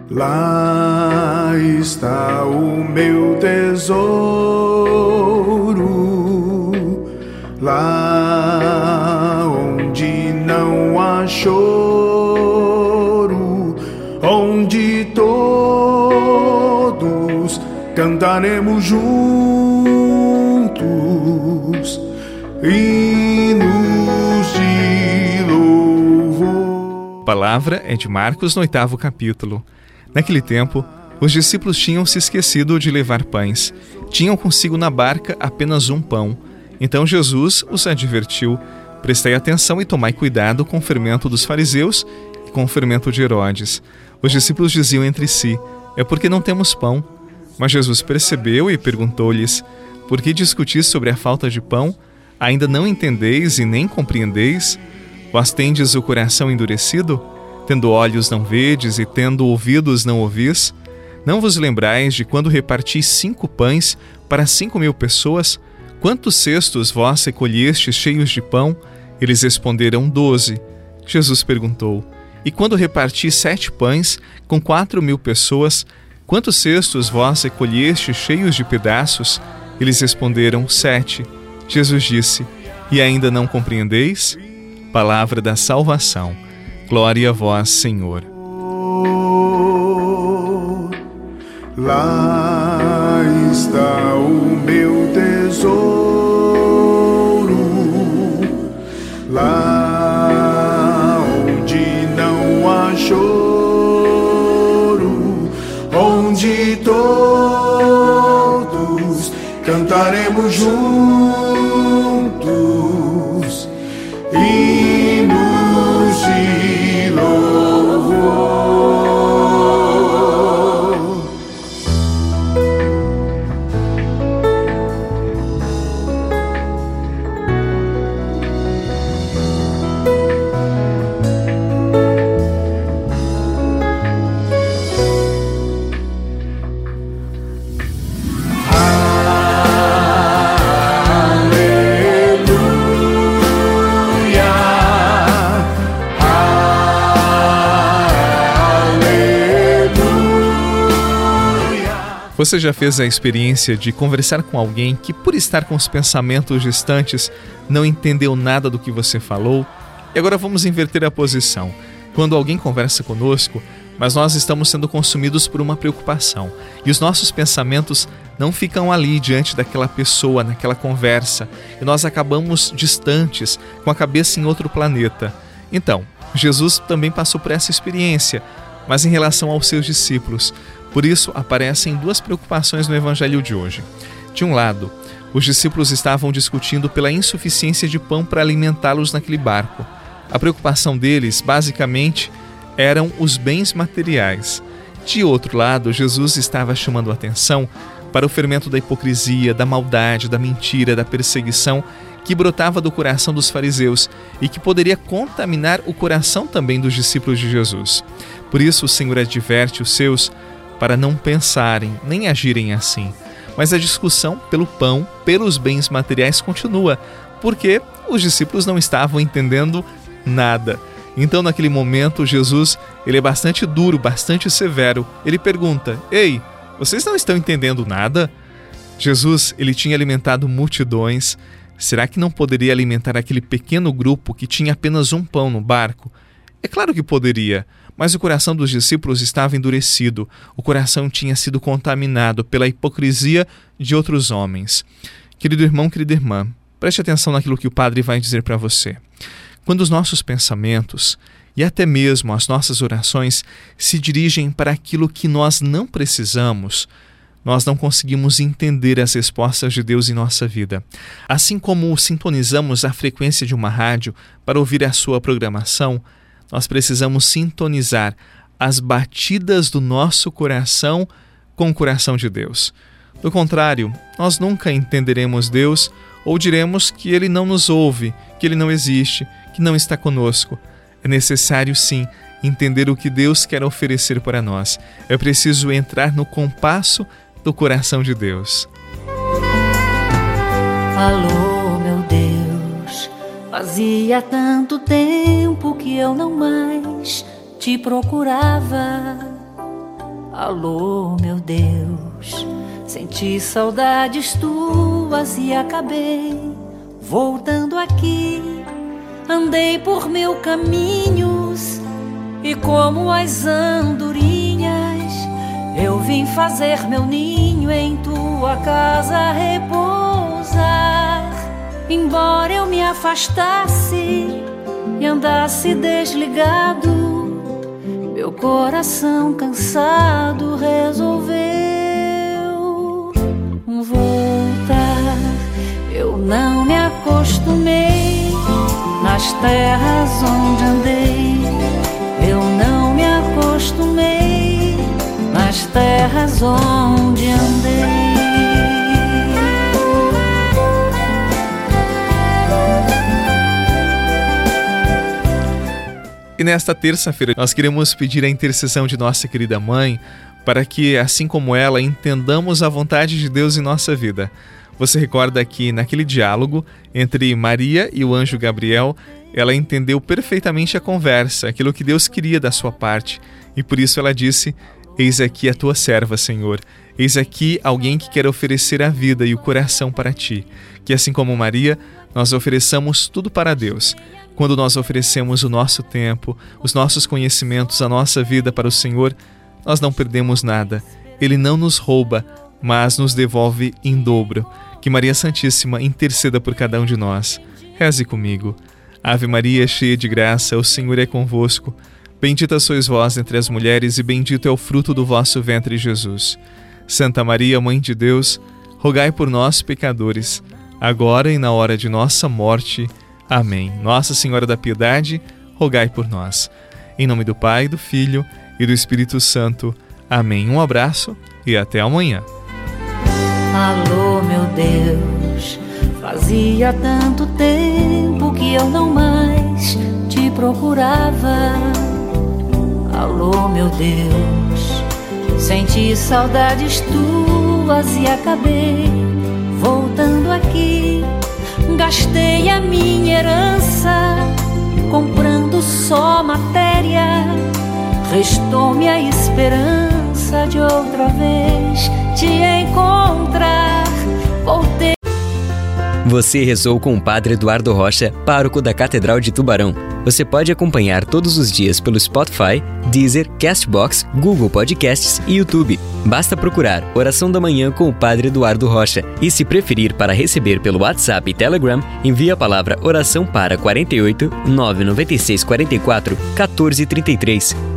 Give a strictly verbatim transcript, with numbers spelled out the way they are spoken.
Lá está o meu tesouro, lá onde não há choro, onde todos cantaremos juntos hinos de louvor. A palavra é de Marcos no oitavo capítulo. Naquele tempo, os discípulos tinham se esquecido de levar pães. Tinham consigo na barca apenas um pão. Então Jesus os advertiu: prestai atenção e tomai cuidado com o fermento dos fariseus e com o fermento de Herodes. Os discípulos diziam entre si: é porque não temos pão. Mas Jesus percebeu e perguntou-lhes: por que discutis sobre a falta de pão? Ainda não entendeis e nem compreendeis? Vós tendes o coração endurecido? Tendo olhos não vedes e tendo ouvidos não ouvis? Não vos lembrais de quando reparti cinco pães para cinco mil pessoas? Quantos cestos vós recolhestes cheios de pão? Eles responderam: doze. Jesus perguntou: e quando reparti sete pães com quatro mil pessoas, quantos cestos vós recolhestes cheios de pedaços? Eles responderam: sete. Jesus disse: e ainda não compreendeis? Palavra da salvação. Glória a vós, Senhor. Lá está o meu tesouro, lá onde não há choro, onde todos cantaremos juntos hinos de louvor. Você já fez a experiência de conversar com alguém que, por estar com os pensamentos distantes, não entendeu nada do que você falou? E agora vamos inverter a posição. Quando alguém conversa conosco, mas nós estamos sendo consumidos por uma preocupação e os nossos pensamentos não ficam ali diante daquela pessoa, naquela conversa, e nós acabamos distantes, com a cabeça em outro planeta. Então, Jesus também passou por essa experiência, mas em relação aos seus discípulos. Por isso, aparecem duas preocupações no Evangelho de hoje. De um lado, os discípulos estavam discutindo pela insuficiência de pão para alimentá-los naquele barco. A preocupação deles, basicamente, eram os bens materiais. De outro lado, Jesus estava chamando a atenção para o fermento da hipocrisia, da maldade, da mentira, da perseguição que brotava do coração dos fariseus e que poderia contaminar o coração também dos discípulos de Jesus. Por isso, o Senhor adverte os seus para não pensarem nem agirem assim. Mas a discussão pelo pão, pelos bens materiais continua, porque os discípulos não estavam entendendo nada. Então, naquele momento, Jesus ele é bastante duro, bastante severo. Ele pergunta: ei, vocês não estão entendendo nada? Jesus ele tinha alimentado multidões. Será que não poderia alimentar aquele pequeno grupo que tinha apenas um pão no barco? É claro que poderia, mas o coração dos discípulos estava endurecido. O coração tinha sido contaminado pela hipocrisia de outros homens. Querido irmão, querida irmã, preste atenção naquilo que o Padre vai dizer para você. Quando os nossos pensamentos e até mesmo as nossas orações se dirigem para aquilo que nós não precisamos, nós não conseguimos entender as respostas de Deus em nossa vida. Assim como sintonizamos a frequência de uma rádio para ouvir a sua programação, nós precisamos sintonizar as batidas do nosso coração com o coração de Deus. Do contrário, nós nunca entenderemos Deus ou diremos que Ele não nos ouve, que Ele não existe, que não está conosco. É necessário, sim, entender o que Deus quer oferecer para nós. É preciso entrar no compasso do coração de Deus. Alô, meu Deus, fazia tanto tempo que eu não mais te procurava. Alô, meu Deus, senti saudades tuas e acabei voltando aqui. Andei por mil caminhos e como as andorinhas eu vim fazer meu ninho em tua casa repousar. Embora eu me afastasse e andasse desligado, meu coração cansado resolveu voltar. Eu não me acostumei nas terras onde andei. Eu não me acostumei nas terras onde andei. E nesta terça-feira nós queremos pedir a intercessão de nossa querida mãe para que, assim como ela, entendamos a vontade de Deus em nossa vida. Você recorda que naquele diálogo entre Maria e o anjo Gabriel, ela entendeu perfeitamente a conversa, aquilo que Deus queria da sua parte. E por isso ela disse: eis aqui a tua serva, Senhor. Eis aqui alguém que quer oferecer a vida e o coração para ti. Que assim como Maria, nós ofereçamos tudo para Deus. Quando nós oferecemos o nosso tempo, os nossos conhecimentos, a nossa vida para o Senhor, nós não perdemos nada. Ele não nos rouba, mas nos devolve em dobro. Que Maria Santíssima interceda por cada um de nós. Reze comigo. Ave Maria, cheia de graça, o Senhor é convosco. Bendita sois vós entre as mulheres e bendito é o fruto do vosso ventre, Jesus. Santa Maria, Mãe de Deus, rogai por nós, pecadores, agora e na hora de nossa morte. Amém. Nossa Senhora da Piedade, rogai por nós. Em nome do Pai, do Filho e do Espírito Santo. Amém. Um abraço e até amanhã. Alô, meu Deus, fazia tanto tempo que eu não mais te procurava. Alô, meu Deus, senti saudades tuas e acabei voltando aqui. Gastei a minha herança comprando só matéria. Restou-me a esperança de outra vez te encontrar. Voltei. Você rezou com o Padre Eduardo Rocha, pároco da Catedral de Tubarão. Você pode acompanhar todos os dias pelo Spotify, Deezer, Castbox, Google Podcasts e YouTube. Basta procurar Oração da Manhã com o Padre Eduardo Rocha. E se preferir para receber pelo WhatsApp e Telegram, envie a palavra oração para quarenta e oito, nove nove seis, quarenta e quatro, quatorze, trinta e três.